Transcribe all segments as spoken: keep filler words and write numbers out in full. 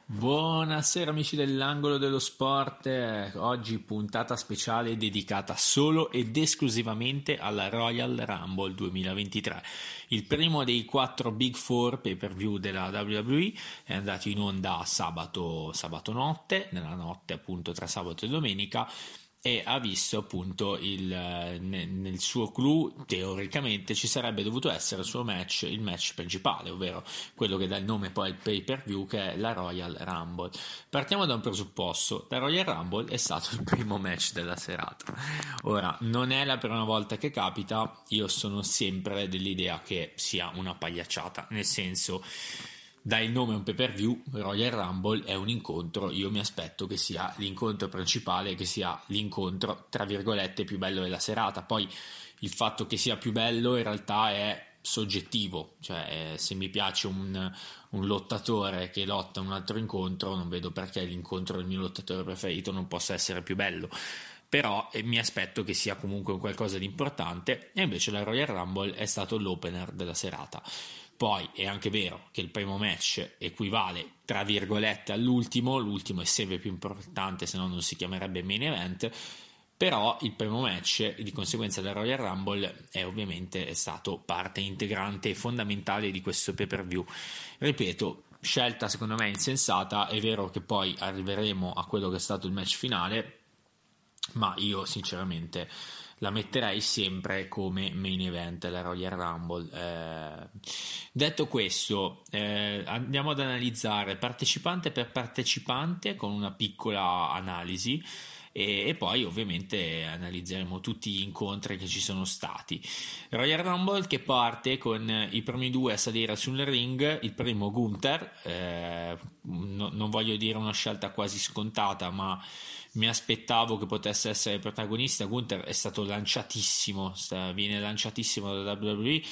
Buonasera amici dell'Angolo dello Sport, eh, oggi puntata speciale dedicata solo ed esclusivamente alla Royal Rumble duemilaventitré, il primo dei quattro Big Four pay per view della W W E. È andato in onda sabato, sabato notte, nella notte appunto tra sabato e domenica, e ha visto appunto il, nel suo clou teoricamente ci sarebbe dovuto essere il suo match, il match principale, ovvero quello che dà il nome poi al pay per view, che è la Royal Rumble. Partiamo da un presupposto: la Royal Rumble è stato il primo match della serata. Ora, non è la prima volta che capita, io sono sempre dell'idea che sia una pagliacciata, nel senso, dà il nome a un pay per view, Royal Rumble è un incontro, io mi aspetto che sia l'incontro principale, che sia l'incontro tra virgolette più bello della serata. Poi il fatto che sia più bello in realtà è soggettivo, cioè se mi piace un, un lottatore che lotta un altro incontro, non vedo perché l'incontro del mio lottatore preferito non possa essere più bello. Però eh, mi aspetto che sia comunque un qualcosa di importante, e invece la Royal Rumble è stato l'opener della serata. Poi è anche vero che il primo match equivale tra virgolette all'ultimo, l'ultimo è sempre più importante, se no non si chiamerebbe main event, però il primo match, di conseguenza della Royal Rumble, è ovviamente è stato parte integrante e fondamentale di questo pay per view. Ripeto, scelta secondo me insensata. È vero che poi arriveremo a quello che è stato il match finale, ma io sinceramente la metterei sempre come main event la Royal Rumble. Eh, detto questo, eh, andiamo ad analizzare partecipante per partecipante con una piccola analisi, e, e poi ovviamente analizzeremo tutti gli incontri che ci sono stati. Royal Rumble che parte con i primi due a salire sul ring. Il primo Gunther, eh, no, non voglio dire una scelta quasi scontata, ma mi aspettavo che potesse essere il protagonista. Gunther è stato lanciatissimo, viene lanciatissimo dalla W W E.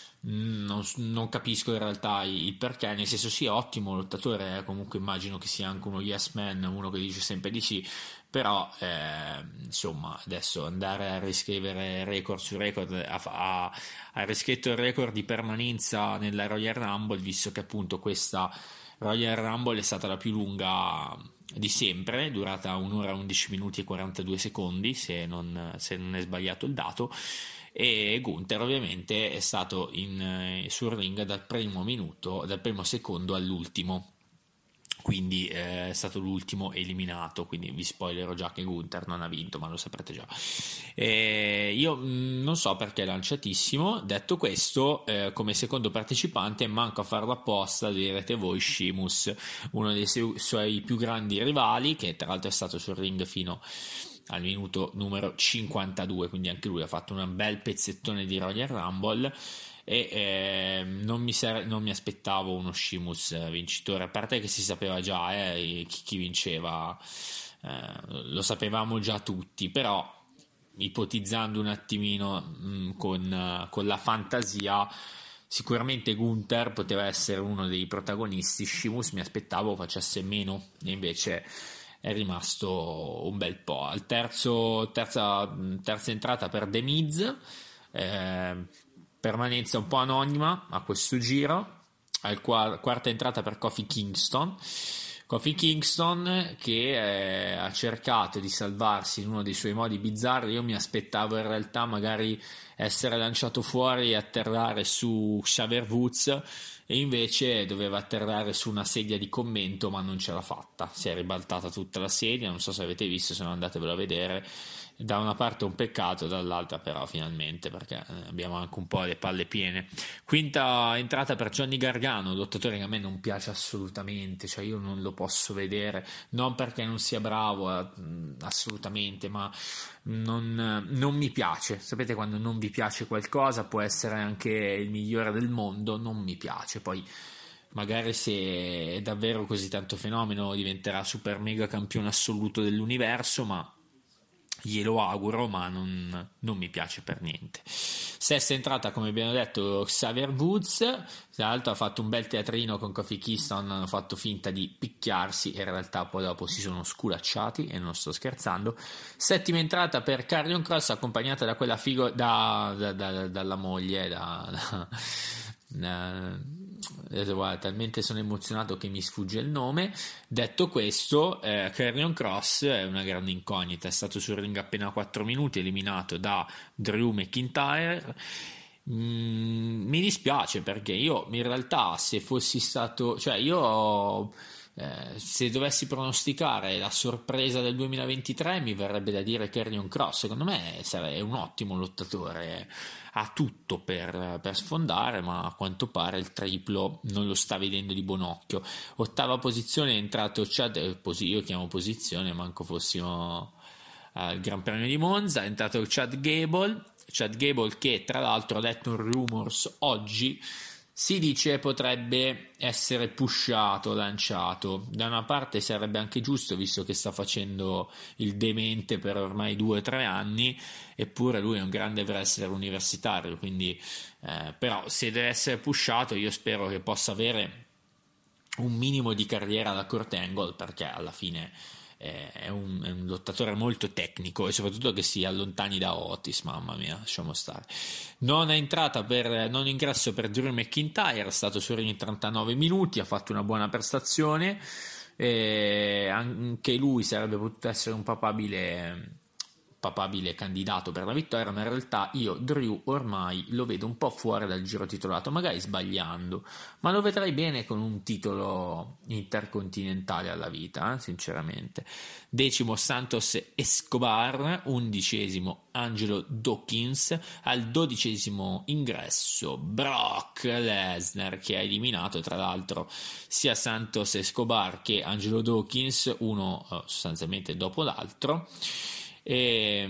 Non, non capisco in realtà il perché, nel senso, sì, è ottimo lottatore, eh, comunque immagino che sia anche uno yes man, uno che dice sempre di sì, però eh, insomma adesso andare a riscrivere record su record, ha, ha, ha riscritto il record di permanenza nella Royal Rumble, visto che appunto questa Royal Rumble è stata la più lunga di sempre, durata un'ora undici minuti e quarantadue secondi, se non, se non è sbagliato il dato. E Gunther ovviamente è stato in, sul ring dal primo minuto, dal primo secondo all'ultimo, quindi eh, è stato l'ultimo eliminato, quindi vi spoilerò già che Gunther non ha vinto, ma lo saprete già. E io mh, non so perché è lanciatissimo. Detto questo, eh, come secondo partecipante, manco a farlo apposta, direte voi, Sheamus, uno dei su- suoi più grandi rivali, che tra l'altro è stato sul ring fino al minuto numero cinquantadue, quindi anche lui ha fatto un bel pezzettone di Royal Rumble. E eh, non, mi ser- non mi aspettavo uno Sheamus vincitore, a parte che si sapeva già eh, chi, chi vinceva, eh, lo sapevamo già tutti, però ipotizzando un attimino mh, con, con la fantasia, sicuramente Gunther poteva essere uno dei protagonisti. Sheamus mi aspettavo facesse meno, e invece è rimasto un bel po'. Al terzo terza, terza entrata per The Miz, eh, permanenza un po' anonima a questo giro. Al qu- quarta entrata per Kofi Kingston Kofi Kingston che eh, ha cercato di salvarsi in uno dei suoi modi bizzarri. Io mi aspettavo in realtà magari essere lanciato fuori e atterrare su Xavier Woods, e invece doveva atterrare su una sedia di commento, ma non ce l'ha fatta, si è ribaltata tutta la sedia. Non so se avete visto, se no andatevelo a vedere. Da una parte un peccato, dall'altra però finalmente, perché abbiamo anche un po' le palle piene. Quinta entrata per Johnny Gargano, lottatore che a me non piace assolutamente, cioè io non lo posso vedere, non perché non sia bravo assolutamente, ma non, non mi piace. Sapete quando non vi piace qualcosa, può essere anche il migliore del mondo, non mi piace. Poi magari se è davvero così tanto fenomeno diventerà super mega campione assoluto dell'universo, ma glielo auguro, ma non, non mi piace per niente. Sesta entrata, come abbiamo detto, Xavier Woods, tra l'altro ha fatto un bel teatrino con Kofi Kingston, hanno fatto finta di picchiarsi e in realtà poi dopo si sono sculacciati, e non sto scherzando. Settima entrata per Karrion Kross, accompagnata da quella figo da, da, da, dalla moglie, da, da, da adesso, guarda, talmente sono emozionato che mi sfugge il nome. Detto questo, eh, Karrion Kross è una grande incognita, è stato sul ring appena quattro minuti, eliminato da Drew McIntyre. Mm, mi dispiace, perché io in realtà, se fossi stato, cioè io eh, se dovessi pronosticare la sorpresa del duemilaventitré, mi verrebbe da dire Karrion Kross. Secondo me è un ottimo lottatore, ha tutto per, per sfondare, ma a quanto pare il triplo non lo sta vedendo di buon occhio. Ottava posizione è entrato Chad, io chiamo posizione, manco fossimo al Gran Premio di Monza, è entrato Chad Gable. Chad Gable, che tra l'altro, ho letto un rumors oggi, si dice potrebbe essere pushato, lanciato. Da una parte sarebbe anche giusto, visto che sta facendo il demente per ormai due o tre anni, eppure lui è un grande wrestler universitario, quindi eh, però se deve essere pushato, io spero che possa avere un minimo di carriera da Kurt Angle, perché alla fine è un, è un lottatore molto tecnico, e soprattutto che si allontani da Otis, mamma mia, lasciamo stare. Non è entrata per non ingresso per Drew McIntyre, è stato su ring trentanove minuti, ha fatto una buona prestazione, e anche lui sarebbe potuto essere un papabile papabile candidato per la vittoria, ma in realtà io Drew ormai lo vedo un po' fuori dal giro titolato, magari sbagliando, ma lo vedrei bene con un titolo intercontinentale alla vita, eh, sinceramente. Decimo Santos Escobar, undicesimo Angelo Dawkins, al dodicesimo ingresso Brock Lesnar, che ha eliminato tra l'altro sia Santos Escobar che Angelo Dawkins, uno eh, sostanzialmente dopo l'altro. E,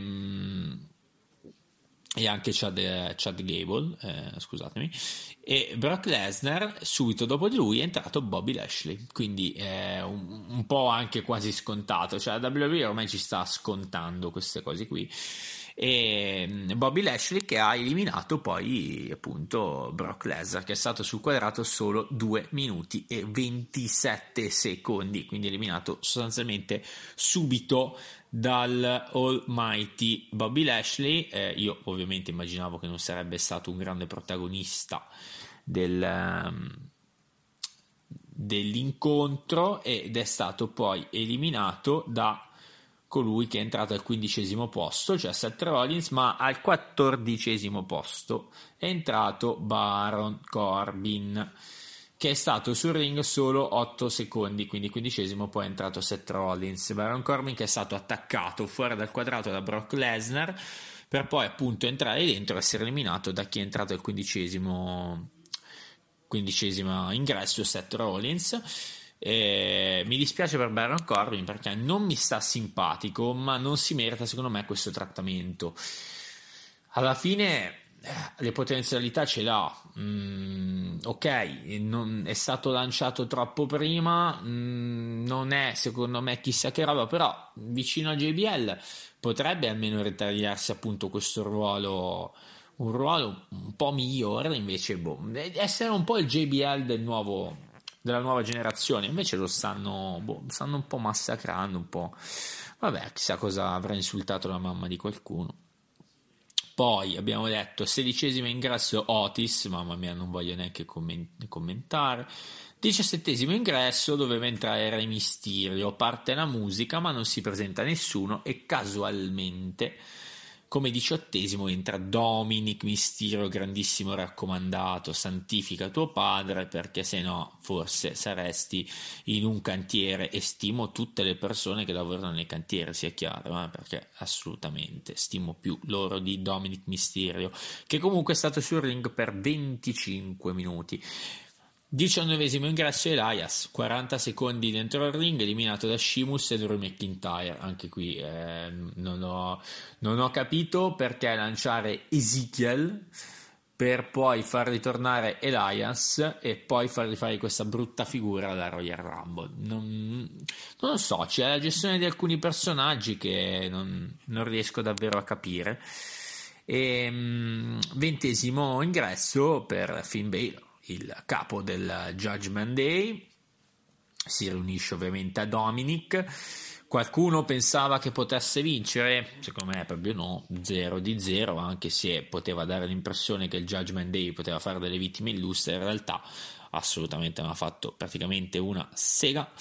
e anche Chad, Chad Gable, eh, scusatemi, e Brock Lesnar. Subito dopo di lui è entrato Bobby Lashley, quindi è un, un po' anche quasi scontato, cioè la W W E ormai ci sta scontando queste cose qui. E Bobby Lashley, che ha eliminato poi appunto Brock Lesnar, che è stato sul quadrato solo due minuti e ventisette secondi, quindi eliminato sostanzialmente subito dal Almighty Bobby Lashley. Eh, io ovviamente immaginavo che non sarebbe stato un grande protagonista del, um, dell'incontro, ed è stato poi eliminato da colui che è entrato al quindicesimo posto, cioè Seth Rollins, ma al quattordicesimo posto è entrato Baron Corbin, che è stato sul ring solo otto secondi, quindi quindicesimo poi è entrato Seth Rollins. Baron Corbin, che è stato attaccato fuori dal quadrato da Brock Lesnar, per poi appunto entrare dentro e essere eliminato da chi è entrato al quindicesimo quindicesimo ingresso, Seth Rollins. Eh, mi dispiace per Baron Corbin, perché non mi sta simpatico, ma non si merita secondo me questo trattamento. Alla fine le potenzialità ce l'ha, mm, ok, non, è stato lanciato troppo prima, mm, non è secondo me chissà che roba, però vicino a J B L potrebbe almeno ritagliarsi appunto questo ruolo, un ruolo un po' migliore, invece boh, essere un po' il J B L del nuovo, della nuova generazione. Invece lo stanno, boh, stanno un po' massacrando, un po', vabbè, chissà cosa avrà insultato la mamma di qualcuno. Poi abbiamo detto sedicesimo ingresso Otis, mamma mia, non voglio neanche comment- commentare. Diciassettesimo ingresso doveva entrare Re Mysterio, parte la musica ma non si presenta nessuno, e casualmente come diciottesimo entra Dominic Mysterio, grandissimo raccomandato, santifica tuo padre, perché se no forse saresti in un cantiere, e stimo tutte le persone che lavorano nei cantieri, sia chiaro, eh? Perché assolutamente stimo più loro di Dominic Mysterio, che comunque è stato sul ring per venticinque minuti. diciannovesimo ingresso Elias, quaranta secondi dentro il ring, eliminato da Sheamus e Drew McIntyre. Anche qui eh, non, ho, non ho capito perché lanciare Ezekiel per poi far ritornare Elias e poi fargli fare questa brutta figura alla Royal Rumble. Non, non lo so, c'è la gestione di alcuni personaggi che non, non riesco davvero a capire. E, mh, ventesimo ingresso per Finn Balor, il capo del Judgment Day. Si riunisce ovviamente a Dominic. Qualcuno pensava che potesse vincere? Secondo me proprio no, zero di zero, anche se poteva dare l'impressione che il Judgment Day poteva fare delle vittime illustre. In realtà assolutamente non ha fatto praticamente una sega.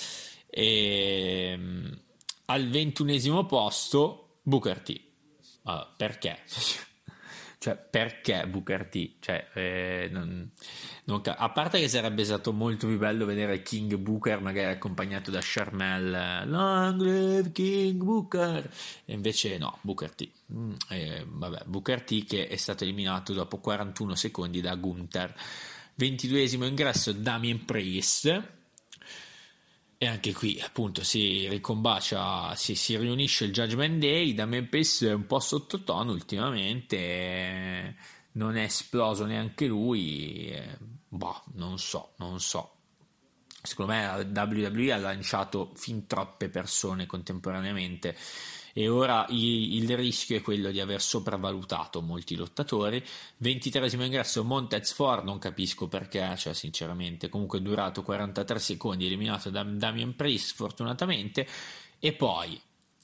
E al ventunesimo posto Booker T. Uh, perché? Cioè, perché Booker T? Cioè, eh, non, non, a parte che sarebbe stato molto più bello vedere King Booker magari accompagnato da Sharmell, Long live King Booker, e invece no, Booker T. Mm, eh, vabbè, Booker T che è stato eliminato dopo quarantuno secondi da Gunther. ventiduesimo ingresso Damien Priest. E anche qui appunto si ricombacia, si, si riunisce il Judgment Day. Damien Priest è un po' sottotono ultimamente, non è esploso neanche lui, boh, non so, non so. Secondo me la W W E ha lanciato fin troppe persone contemporaneamente e ora il rischio è quello di aver sopravvalutato molti lottatori. ventitreesimo ingresso Montez Ford, non capisco perché, cioè sinceramente, comunque è durato quarantatré secondi, eliminato da Damien Priest fortunatamente. E poi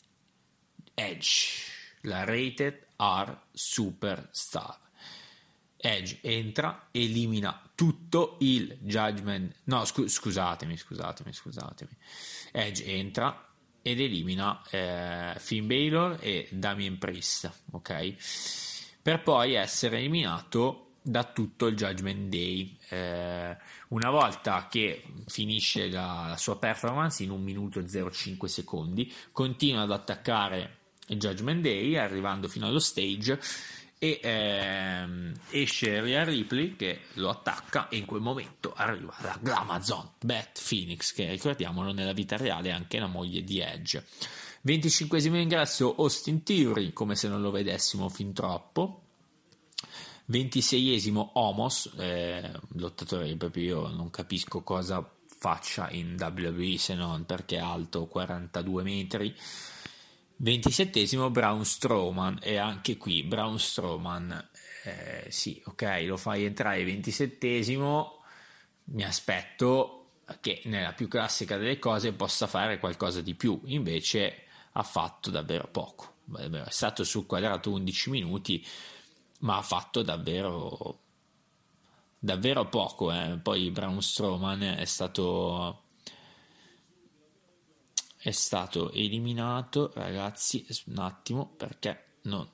Edge, la Rated R Superstar. Edge entra, elimina tutto il Judgment, no scu- scusatemi scusatemi scusatemi Edge entra ed elimina eh, Finn Balor e Damien Priest, ok, per poi essere eliminato da tutto il Judgment Day. Eh, una volta che finisce la, la sua performance in un minuto e zero cinque secondi, continua ad attaccare il Judgment Day arrivando fino allo stage e ehm, esce Rhea Ripley che lo attacca e in quel momento arriva la Glamazon Beth Phoenix, che ricordiamolo nella vita reale è anche la moglie di Edge. venticinquesimo ingresso Austin Theory, come se non lo vedessimo fin troppo. ventiseiesimo Omos, eh, lottatore che proprio io non capisco cosa faccia in W W E se non perché è alto quarantadue metri. ventisettesimo Braun Strowman, e anche qui Braun Strowman, eh, sì, ok, lo fai entrare ventisettesimo, mi aspetto che nella più classica delle cose possa fare qualcosa di più, invece ha fatto davvero poco. È stato sul quadrato undici minuti, ma ha fatto davvero davvero poco, eh. Poi Braun Strowman è stato è stato eliminato, ragazzi, un attimo, perché non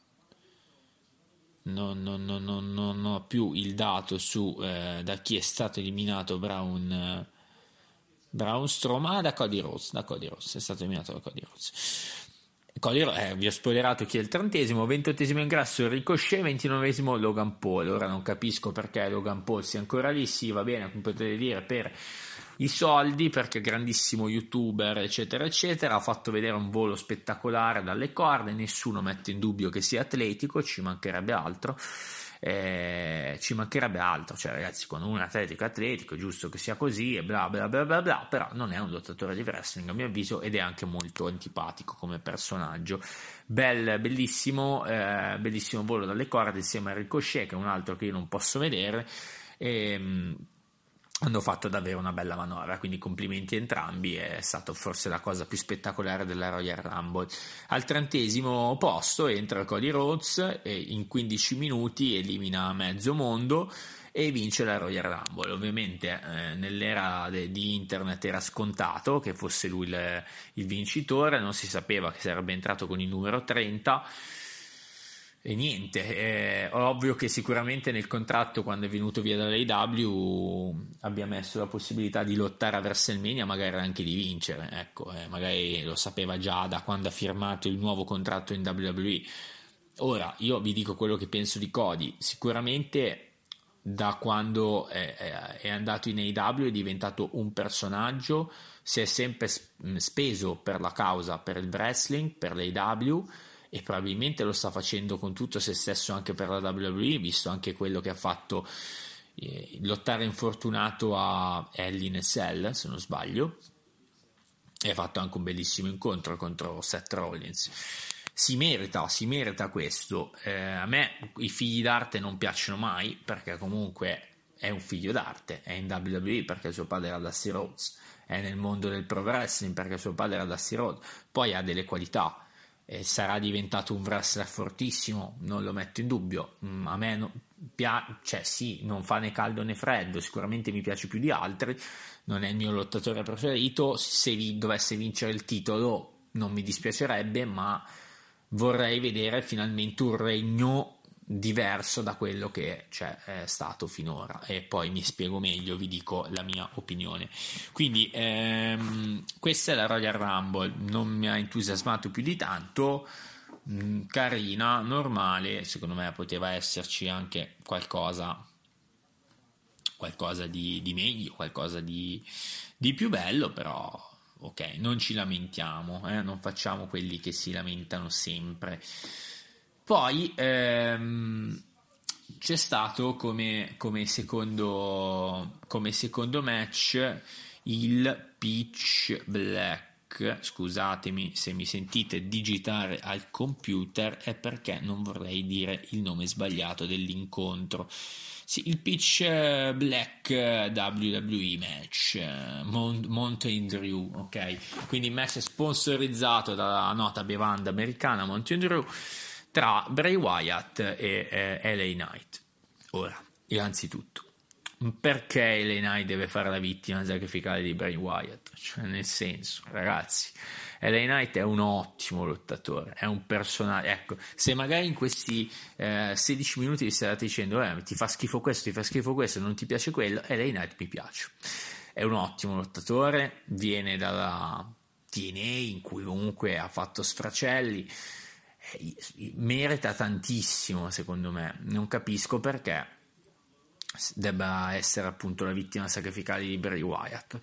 non, non, non, non, non ho più il dato su eh, da chi è stato eliminato Braun eh, Braun Strowman, ah, da Cody Rhodes, da Cody Rhodes, è stato eliminato da Cody Rhodes. Cody Rhodes, eh, vi ho spoilerato chi è il trentesimo. ventottesimo ingresso Ricochet, ventinovesimo Logan Paul. Ora non capisco perché Logan Paul sia ancora lì, sì, va bene, come potete dire, per i soldi, perché grandissimo youtuber eccetera eccetera, ha fatto vedere un volo spettacolare dalle corde, nessuno mette in dubbio che sia atletico, ci mancherebbe altro, eh, ci mancherebbe altro, cioè ragazzi, quando uno è atletico è atletico, è giusto che sia così e bla bla bla bla bla, però non è un lottatore di wrestling a mio avviso ed è anche molto antipatico come personaggio. Bel, bellissimo, eh, bellissimo volo dalle corde insieme a Ricochet, che è un altro che io non posso vedere, e hanno fatto davvero una bella manovra, quindi complimenti a entrambi, è stato forse la cosa più spettacolare della Royal Rumble. Al trentesimo posto entra Cody Rhodes e in quindici minuti elimina mezzo mondo e vince la Royal Rumble. Ovviamente eh, nell'era de- di internet era scontato che fosse lui il, il vincitore, non si sapeva che sarebbe entrato con il numero trenta. E niente, è ovvio che sicuramente nel contratto, quando è venuto via dall'A E W, abbia messo la possibilità di lottare a WrestleMania, magari anche di vincere, ecco, eh, magari lo sapeva già da quando ha firmato il nuovo contratto in W W E. Ora, io vi dico quello che penso di Cody, sicuramente da quando è, è andato in A E W è diventato un personaggio, si è sempre speso per la causa, per il wrestling, per l'A E W, e probabilmente lo sta facendo con tutto se stesso anche per la W W E, visto anche quello che ha fatto, eh, lottare infortunato a Hell in a Cell, se non sbaglio, e ha fatto anche un bellissimo incontro contro Seth Rollins. Si merita, si merita questo. Eh, a me i figli d'arte non piacciono mai, perché comunque è un figlio d'arte, è in W W E perché suo padre era Dusty Rhodes, è nel mondo del pro wrestling perché suo padre era Dusty Rhodes, poi ha delle qualità, eh, sarà diventato un wrestler fortissimo, non lo metto in dubbio. Mm, a me no, pia- cioè sì, non fa né caldo né freddo, sicuramente mi piace più di altri, non è il mio lottatore preferito, se vi dovesse vincere il titolo non mi dispiacerebbe, ma vorrei vedere finalmente un regno diverso da quello che c'è è stato finora, e poi mi spiego meglio, vi dico la mia opinione. Quindi ehm, questa è la Royal Rumble, non mi ha entusiasmato più di tanto, mh, carina, normale, secondo me poteva esserci anche qualcosa qualcosa di, di meglio, qualcosa di, di più bello, però ok, non ci lamentiamo, eh? Non facciamo quelli che si lamentano sempre. Poi ehm, c'è stato come, come, secondo, come secondo match il Pitch Black. Scusatemi se mi sentite digitare al computer, è perché non vorrei dire il nome sbagliato dell'incontro. Sì, il Pitch Black W W E match, Mount, Mountain Dew, ok? Quindi match sponsorizzato dalla nota bevanda americana Mountain Dew tra Bray Wyatt e eh, L A Knight. Ora, innanzitutto, perché L A Knight deve fare la vittima sacrificale di Bray Wyatt? Cioè, nel senso, ragazzi, L A Knight è un ottimo lottatore, è un personaggio. Ecco, se magari in questi eh, sedici minuti vi state dicendo eh, ti fa schifo questo, ti fa schifo questo, non ti piace quello, L A Knight mi piace. È un ottimo lottatore, viene dalla T N A in cui comunque ha fatto sfracelli, merita tantissimo secondo me, non capisco perché debba essere appunto la vittima sacrificale di Bray Wyatt.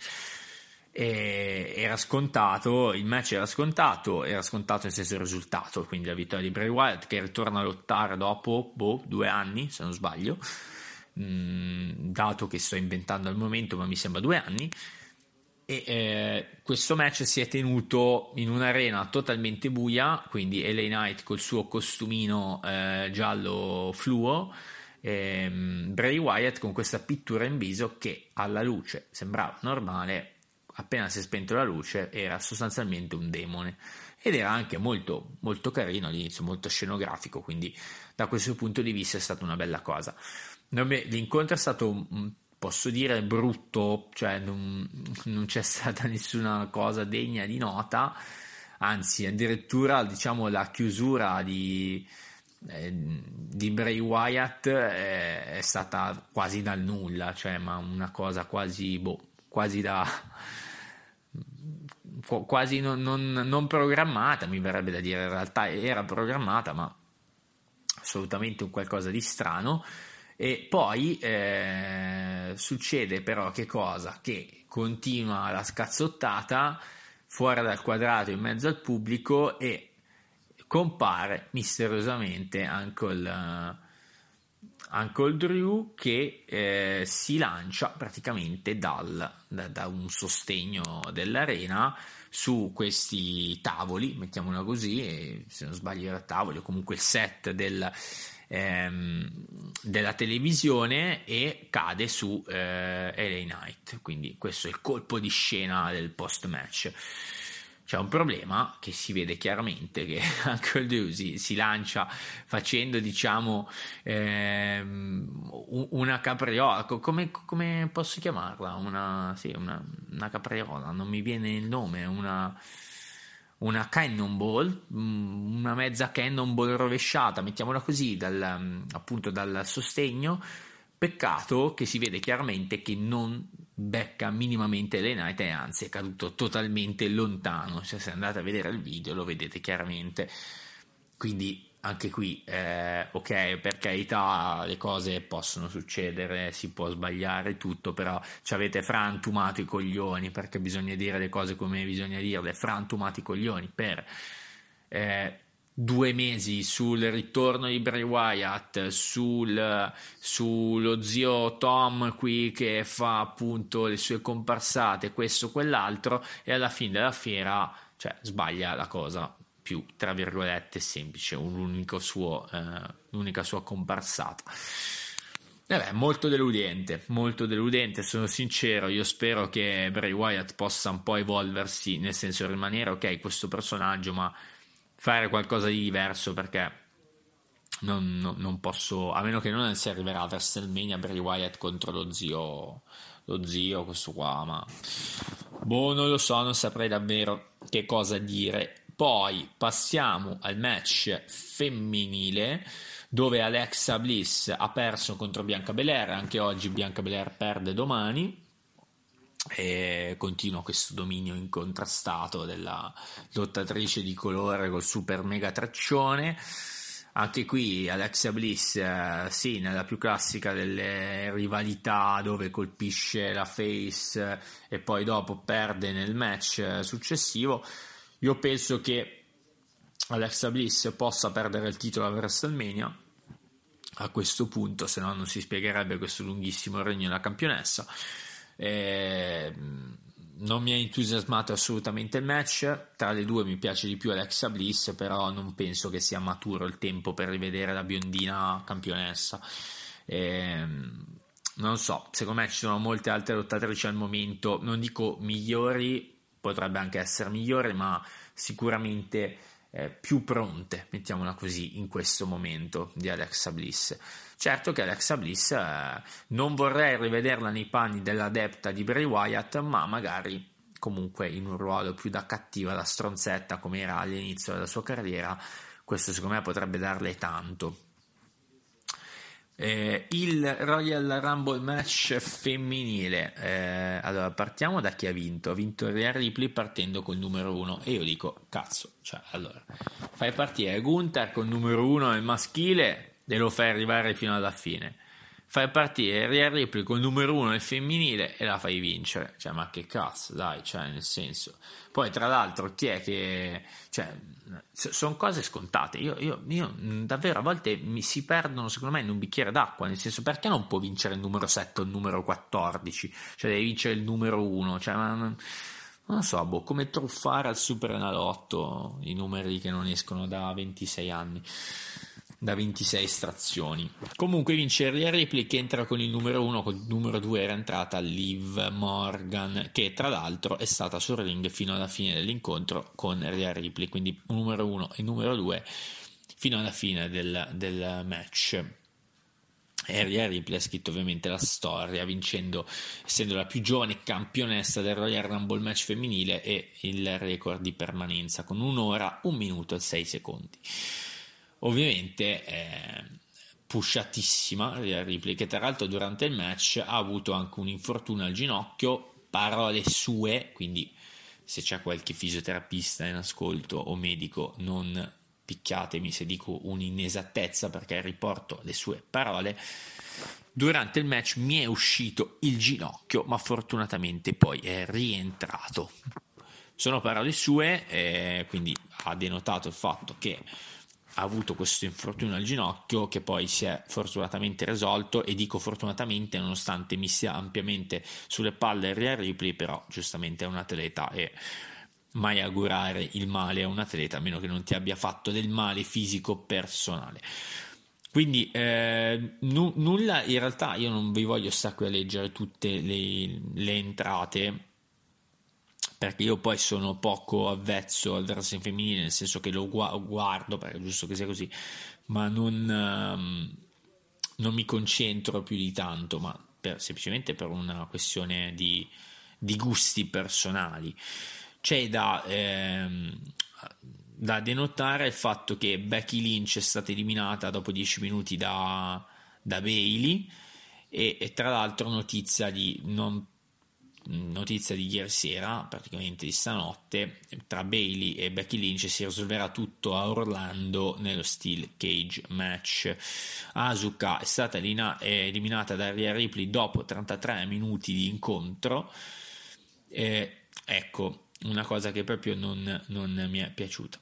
E era scontato, il match era scontato, era scontato nel senso del risultato, quindi la vittoria di Bray Wyatt che ritorna a lottare dopo boh, due anni se non sbaglio, mh, dato che sto inventando al momento, ma mi sembra due anni. E eh, questo match si è tenuto in un'arena totalmente buia, quindi L A Knight col suo costumino eh, giallo fluo, ehm, Bray Wyatt con questa pittura in viso che alla luce sembrava normale, appena si è spento la luce era sostanzialmente un demone, ed era anche molto, molto carino all'inizio, molto scenografico, quindi da questo punto di vista è stata una bella cosa. L'incontro è stato, posso dire, brutto, cioè non, non c'è stata nessuna cosa degna di nota, anzi addirittura diciamo la chiusura di, eh, di Bray Wyatt è, è stata quasi dal nulla, cioè ma una cosa quasi boh, quasi da quasi non, non, non programmata, mi verrebbe da dire, in realtà era programmata ma assolutamente un qualcosa di strano. E poi eh, succede però che cosa? Che continua la scazzottata fuori dal quadrato in mezzo al pubblico e compare misteriosamente Uncle, Uncle Drew che eh, si lancia praticamente dal, da, da un sostegno dell'arena su questi tavoli, mettiamola così, e se non sbaglio era tavoli o comunque il set del Ehm, della televisione, e cade su eh, L A Knight. Quindi questo è il colpo di scena del post match. C'è un problema che si vede chiaramente, che Uncle Drew si, si lancia facendo diciamo ehm, una capriola, come, come posso chiamarla? Una, sì, una, una capriola, non mi viene il nome, una una cannonball, una mezza cannonball rovesciata, mettiamola così, dal, appunto dal sostegno. Peccato che si vede chiaramente che non becca minimamente L A Knight, e anzi è caduto totalmente lontano, cioè se andate a vedere il video lo vedete chiaramente. Quindi anche qui eh, ok, per carità le cose possono succedere, si può sbagliare tutto, però ci avete frantumato i coglioni, perché bisogna dire le cose come bisogna dirle, frantumato i coglioni per eh, due mesi sul ritorno di Bray Wyatt, sul, sullo zio Tom qui che fa appunto le sue comparsate, questo quell'altro, e alla fine della fiera cioè sbaglia la cosa più, tra virgolette, semplice, un unico suo, eh, l'unica sua comparsata. Vabbè, molto deludente, molto deludente, sono sincero. Io spero che Bray Wyatt possa un po' evolversi, nel senso rimanere ok questo personaggio, ma fare qualcosa di diverso, perché non, non, non posso, a meno che non si arriverà a WrestleMania Bray Wyatt contro lo zio, lo zio, questo qua, ma boh, non lo so, non saprei davvero che cosa dire. Poi passiamo al match femminile, dove Alexa Bliss ha perso contro Bianca Belair. Anche oggi Bianca Belair perde domani, e continua questo dominio incontrastato della lottatrice di colore col super mega traccione. Anche qui Alexa Bliss, eh, sì, nella più classica delle rivalità, dove colpisce la face e poi dopo perde nel match successivo. Io penso che Alexa Bliss possa perdere il titolo a WrestleMania a questo punto, se no non si spiegherebbe questo lunghissimo regno della campionessa. Eh, non mi ha entusiasmato assolutamente il match. Tra le due mi piace di più Alexa Bliss, però non penso che sia maturo il tempo per rivedere la biondina campionessa. Eh, non so, secondo me ci sono molte altre lottatrici al momento, non dico migliori, potrebbe anche essere migliore, ma sicuramente eh, più pronte, mettiamola così, in questo momento di Alexa Bliss. Certo che Alexa Bliss eh, non vorrei rivederla nei panni dell'adepta di Bray Wyatt, ma magari comunque in un ruolo più da cattiva, da stronzetta, come era all'inizio della sua carriera. Questo secondo me potrebbe darle tanto. Eh, il Royal Rumble match femminile, eh, allora partiamo da chi ha vinto. Ha vinto Rhea Ripley partendo col numero uno, e io dico cazzo, cioè allora fai partire Gunther col numero uno nel maschile e lo fai arrivare fino alla fine, fai partire Rhea Ripley col numero uno nel femminile e la fai vincere, cioè ma che cazzo, dai, cioè nel senso. Poi tra l'altro chi è che, cioè sono cose scontate. Io, io, io davvero a volte mi si perdono secondo me in un bicchiere d'acqua, nel senso, perché non può vincere il numero sette o il numero quattordici, cioè deve vincere il numero uno, cioè ma, non lo so, boh, come truffare al Superenalotto i numeri che non escono da ventisei anni, da ventisei estrazioni. Comunque vince Rhea Ripley, che entra con il numero uno. Col numero due era entrata Liv Morgan, che tra l'altro è stata sul ring fino alla fine dell'incontro con Rhea Ripley, quindi numero uno e numero due fino alla fine del, del match. E Rhea Ripley ha scritto ovviamente la storia, vincendo, essendo la più giovane campionessa del Royal Rumble match femminile, e il record di permanenza con un'ora, un minuto e sei secondi. Ovviamente eh, pushatissima Rhea Ripley, che tra l'altro durante il match ha avuto anche un infortunio al ginocchio, parole sue, quindi se c'è qualche fisioterapista in ascolto o medico non picchiatemi se dico un'inesattezza, perché riporto le sue parole. Durante il match mi è uscito il ginocchio, ma fortunatamente poi è rientrato. Sono parole sue, eh, quindi ha denotato il fatto che ha avuto questo infortunio al ginocchio, che poi si è fortunatamente risolto, e dico fortunatamente nonostante mi sia ampiamente sulle palle Rhea Ripley, però giustamente è un atleta e mai augurare il male a un atleta a meno che non ti abbia fatto del male fisico personale. Quindi eh, nu- nulla, in realtà io non vi voglio stare qui a leggere tutte le, le entrate, perché io poi sono poco avvezzo al wrestling femminile, nel senso che lo guardo perché è giusto che sia così, ma non, um, non mi concentro più di tanto, ma per, semplicemente per una questione di, di gusti personali. C'è da, ehm, da denotare il fatto che Becky Lynch è stata eliminata dopo dieci minuti da, da Bayley, e, e tra l'altro notizia di non notizia di ieri sera, praticamente di stanotte, tra Bayley e Becky Lynch si risolverà tutto a Orlando nello Steel Cage match. Asuka è stata eliminata da Rhea Ripley dopo trentatré minuti di incontro. Eh, ecco, una cosa che proprio non, non mi è piaciuta.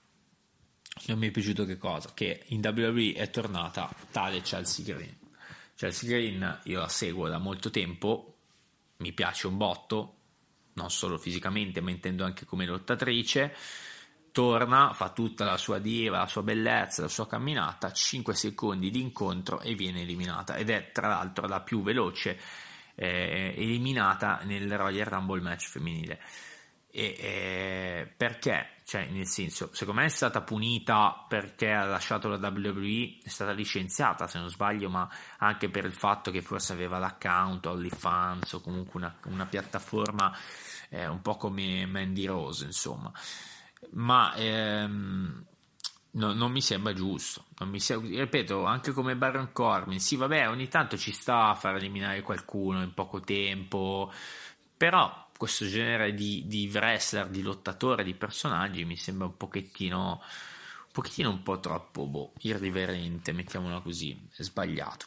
Non mi è piaciuto che cosa? Che in W W E è tornata tale Chelsea Green. Chelsea Green io la seguo da molto tempo, mi piace un botto, non solo fisicamente ma intendo anche come lottatrice. Torna, fa tutta la sua diva, la sua bellezza, la sua camminata, cinque secondi di incontro e viene eliminata, ed è tra l'altro la più veloce eh, eliminata nel Royal Rumble match femminile. E, eh, perché? cioè nel senso, secondo me è stata punita perché ha lasciato la W W E, è stata licenziata se non sbaglio, ma anche per il fatto che forse aveva l'account OnlyFans o comunque una, una piattaforma eh, un po' come Mandy Rose, insomma, ma ehm, no, non mi sembra giusto, non mi sembra, ripeto, anche come Baron Corbin, sì vabbè, ogni tanto ci sta a far eliminare qualcuno in poco tempo, però questo genere di, di wrestler, di lottatore, di personaggi mi sembra un pochettino un pochettino un po' troppo boh, irriverente, mettiamola così, è sbagliato.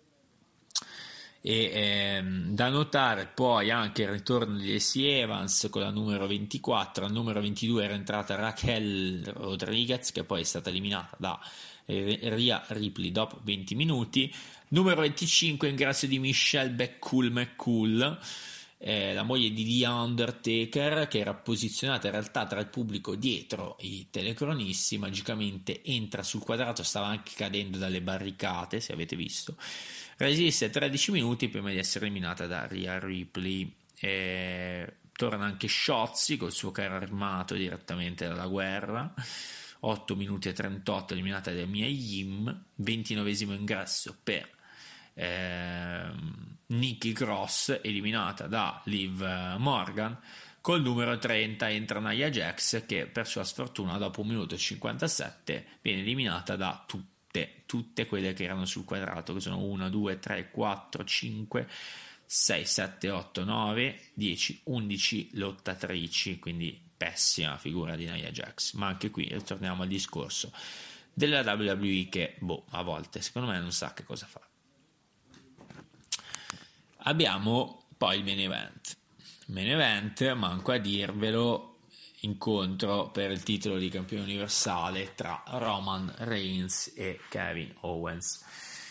E ehm, da notare poi anche il ritorno di Lacey Evans con la numero ventiquattro. Al numero ventidue era entrata Raquel Rodriguez, che poi è stata eliminata da Rhea Ripley dopo venti minuti. Numero venticinque ingresso di Michelle McCool McCool, eh, la moglie di The Undertaker, che era posizionata in realtà tra il pubblico dietro i telecronisti. Magicamente entra sul quadrato, stava anche cadendo dalle barricate, se avete visto, resiste tredici minuti prima di essere eliminata da Rhea Ripley. Eh, torna anche Shotzi col suo carro armato direttamente dalla guerra, otto minuti e trentotto, eliminata da Mia Yim. ventinovesimo ingresso per eh, Nikki Cross, eliminata da Liv Morgan. Col numero trenta entra Nia Jax, che per sua sfortuna dopo un minuto e cinquantasette viene eliminata da tutte, tutte quelle che erano sul quadrato, che sono uno, due, tre, quattro, cinque, sei, sette, otto, nove, dieci, undici lottatrici, quindi pessima figura di Nia Jax. Ma anche qui ritorniamo al discorso della W W E che boh, a volte secondo me non sa che cosa fa. Abbiamo poi il main event. Il main event, manco a dirvelo, incontro per il titolo di campione universale tra Roman Reigns e Kevin Owens.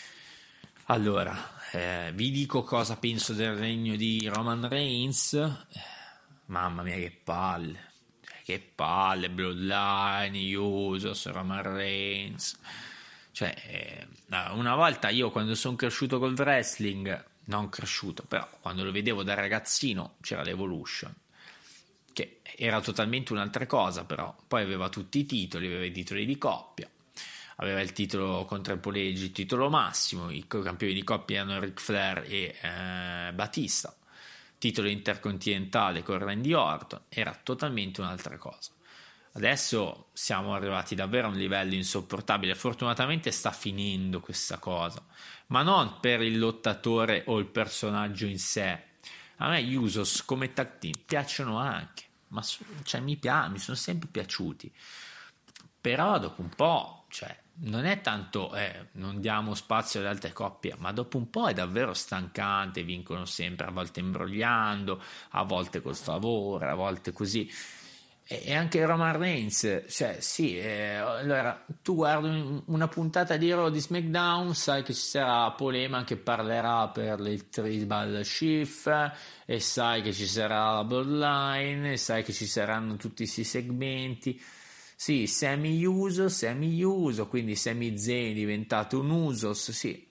Allora, eh, vi dico cosa penso del regno di Roman Reigns. Eh, mamma mia che palle, che palle, Bloodline, Usos, Roman Reigns. Cioè, eh, una volta io quando sono cresciuto col wrestling, non cresciuto, però quando lo vedevo da ragazzino c'era l'Evolution, che era totalmente un'altra cosa, però poi aveva tutti i titoli, aveva i titoli di coppia, aveva il titolo con Triple H, il titolo massimo, i campioni di coppia erano Ric Flair e eh, Batista, titolo intercontinentale con Randy Orton, era totalmente un'altra cosa. Adesso siamo arrivati davvero a un livello insopportabile. Fortunatamente sta finendo questa cosa, ma non per il lottatore o il personaggio in sé. A me gli Usos come tag team piacciono anche, ma cioè, mi, pia- mi sono sempre piaciuti, però dopo un po', cioè, non è tanto eh, non diamo spazio alle altre coppie, ma dopo un po' è davvero stancante, vincono sempre, a volte imbrogliando, a volte col favore, a volte così. E anche Roman Reigns, cioè sì, eh, allora tu guardi una puntata di Raw di SmackDown, sai che ci sarà Polema che parlerà per il Tribal Chief, e sai che ci sarà la Bloodline, e sai che ci saranno tutti questi segmenti. Sì, Sami Uso, Sami Uso, quindi Sami Zayn è diventato un Usos, sì.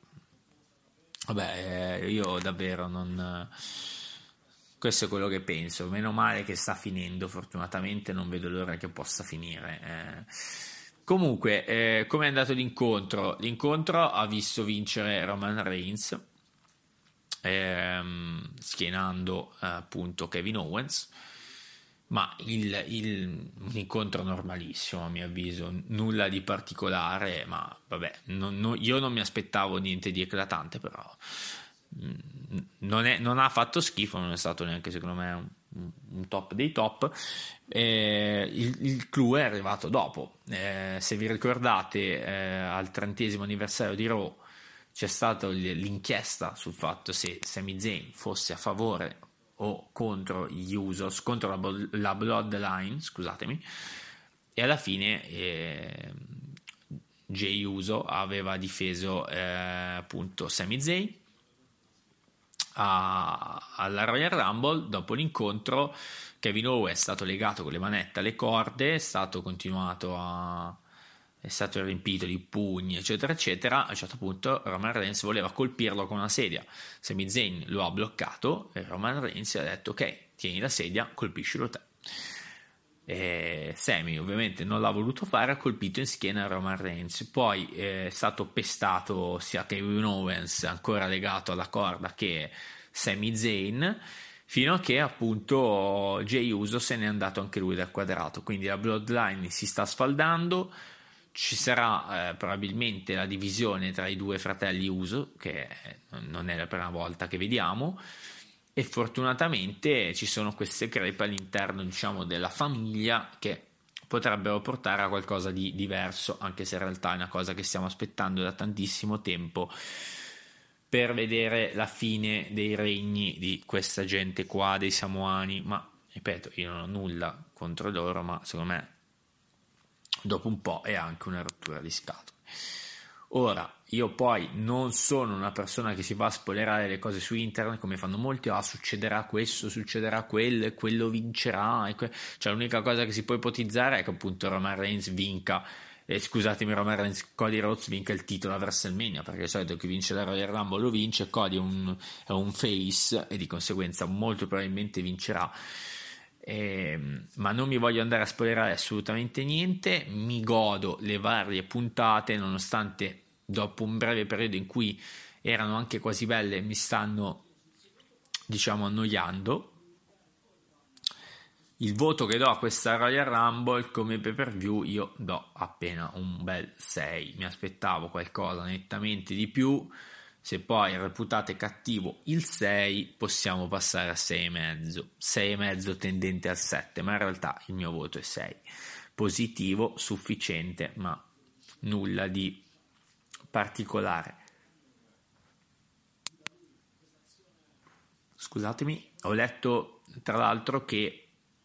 Vabbè, io davvero non... Questo è quello che penso. Meno male che sta finendo, fortunatamente non vedo l'ora che possa finire. Eh. Comunque, eh, come è andato l'incontro? L'incontro ha visto vincere Roman Reigns, ehm, schienando eh, appunto Kevin Owens, ma il, il, un incontro normalissimo a mio avviso, nulla di particolare, ma vabbè, non, non, io non mi aspettavo niente di eclatante, però non, è, non ha fatto schifo, non è stato neanche secondo me un, un top dei top. Eh, il, il clou è arrivato dopo, eh, se vi ricordate, eh, al trentesimo anniversario di Raw c'è stata l'inchiesta sul fatto se Sami Zayn fosse a favore o contro gli Usos, contro la, la Bloodline, scusatemi, e alla fine eh, Jey Uso aveva difeso eh, appunto Sami Zayn a, alla Royal Rumble. Dopo l'incontro Kevin Owens è stato legato con le manette alle corde, è stato continuato a è stato riempito di pugni eccetera eccetera. A un certo punto Roman Reigns voleva colpirlo con una sedia, Sami Zayn lo ha bloccato e Roman Reigns ha detto ok, tieni la sedia, colpiscilo te. Eh, Sami ovviamente non l'ha voluto fare, ha colpito in schiena Roman Reigns, poi eh, è stato pestato sia Kevin Owens, ancora legato alla corda, che Sami Zayn, fino a che appunto Jey Uso se n'è andato anche lui dal quadrato. Quindi la Bloodline si sta sfaldando, ci sarà eh, probabilmente la divisione tra i due fratelli Uso, che non è la prima volta che vediamo, e fortunatamente ci sono queste crepe all'interno, diciamo, della famiglia, che potrebbero portare a qualcosa di diverso, anche se in realtà è una cosa che stiamo aspettando da tantissimo tempo, per vedere la fine dei regni di questa gente qua, dei Samoani. Ma ripeto, io non ho nulla contro loro, ma secondo me dopo un po' è anche una rottura di scatole. Ora, io poi non sono una persona che si va a spoilerare le cose su internet come fanno molti. Ah, succederà questo, succederà quello, quello vincerà, e que- cioè l'unica cosa che si può ipotizzare è che appunto Roman Reigns vinca, eh, scusatemi, Roman Reigns, Cody Rhodes vinca il titolo a WrestleMania, perché di solito chi vince la Royal Rumble lo vince, Cody è un, è un face e di conseguenza molto probabilmente vincerà. Eh, ma non mi voglio andare a spoilerare assolutamente niente. Mi godo le varie puntate, nonostante dopo un breve periodo in cui erano anche quasi belle mi stanno, diciamo, annoiando. Il voto che do a questa Royal Rumble come pay per view io do appena un bel sei. Mi aspettavo qualcosa nettamente di più. Se poi reputate cattivo il sei, possiamo passare a sei e mezzo, sei e mezzo tendente al sette, ma in realtà il mio voto è sei. Positivo, sufficiente, ma nulla di particolare. Scusatemi, ho letto tra l'altro che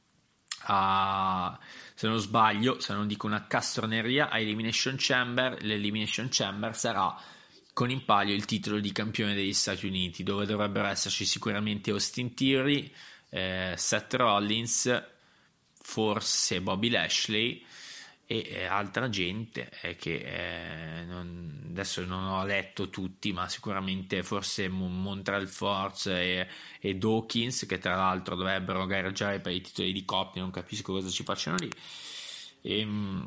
a, se non sbaglio, se non dico una castroneria, a Elimination Chamber, l'Elimination Chamber sarà con in palio il titolo di campione degli Stati Uniti, dove dovrebbero esserci sicuramente Austin Theory, eh, Seth Rollins, forse Bobby Lashley e eh, altra gente eh, che eh, non, adesso non ho letto tutti, ma sicuramente forse Montreal Force e, e Dawkins, che tra l'altro dovrebbero gareggiare per i titoli di coppia. Non capisco cosa ci facciano lì. E,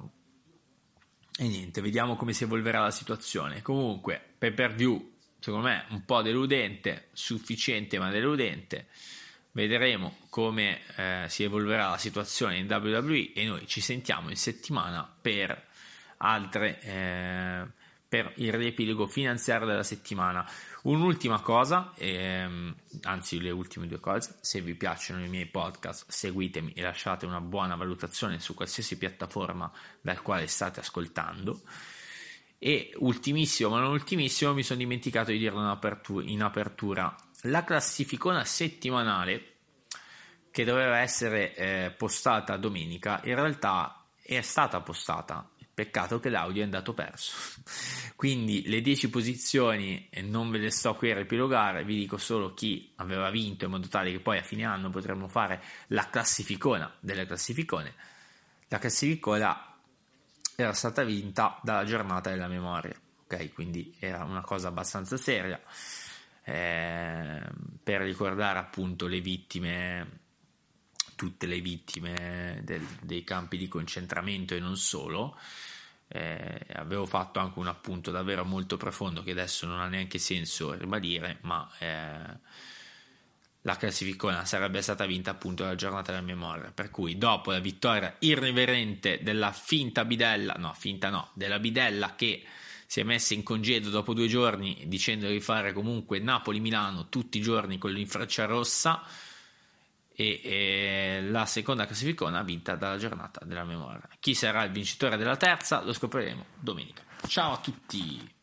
E niente, vediamo come si evolverà la situazione. Comunque, pay per view, secondo me, un po' deludente, sufficiente ma deludente. Vedremo come eh, si evolverà la situazione in W W E e noi ci sentiamo in settimana per altre, eh, per il riepilogo finanziario della settimana. Un'ultima cosa, ehm, anzi le ultime due cose: se vi piacciono i miei podcast, seguitemi e lasciate una buona valutazione su qualsiasi piattaforma dal quale state ascoltando. E ultimissimo, ma non ultimissimo, mi sono dimenticato di dirlo in apertura, in apertura la classificona settimanale che doveva essere eh, postata domenica, in realtà è stata postata. Peccato che l'audio è andato perso. Quindi le dieci posizioni non ve le sto qui a riepilogare, vi dico solo chi aveva vinto, in modo tale che poi a fine anno potremo fare la classificona delle classificone. La classificona era stata vinta dalla giornata della memoria, ok? Quindi era una cosa abbastanza seria, eh, per ricordare appunto le vittime, tutte le vittime del, dei campi di concentramento e non solo. Eh, avevo fatto anche un appunto davvero molto profondo che adesso non ha neanche senso ribadire, ma eh, la classificona sarebbe stata vinta appunto dalla giornata della memoria, per cui dopo la vittoria irriverente della finta bidella, no finta no, della bidella che si è messa in congedo dopo due giorni dicendo di fare comunque Napoli-Milano tutti i giorni con l'infreccia rossa, e, e la seconda classificona vinta dalla giornata della memoria. Chi sarà il vincitore della terza lo scopriremo domenica. Ciao a tutti.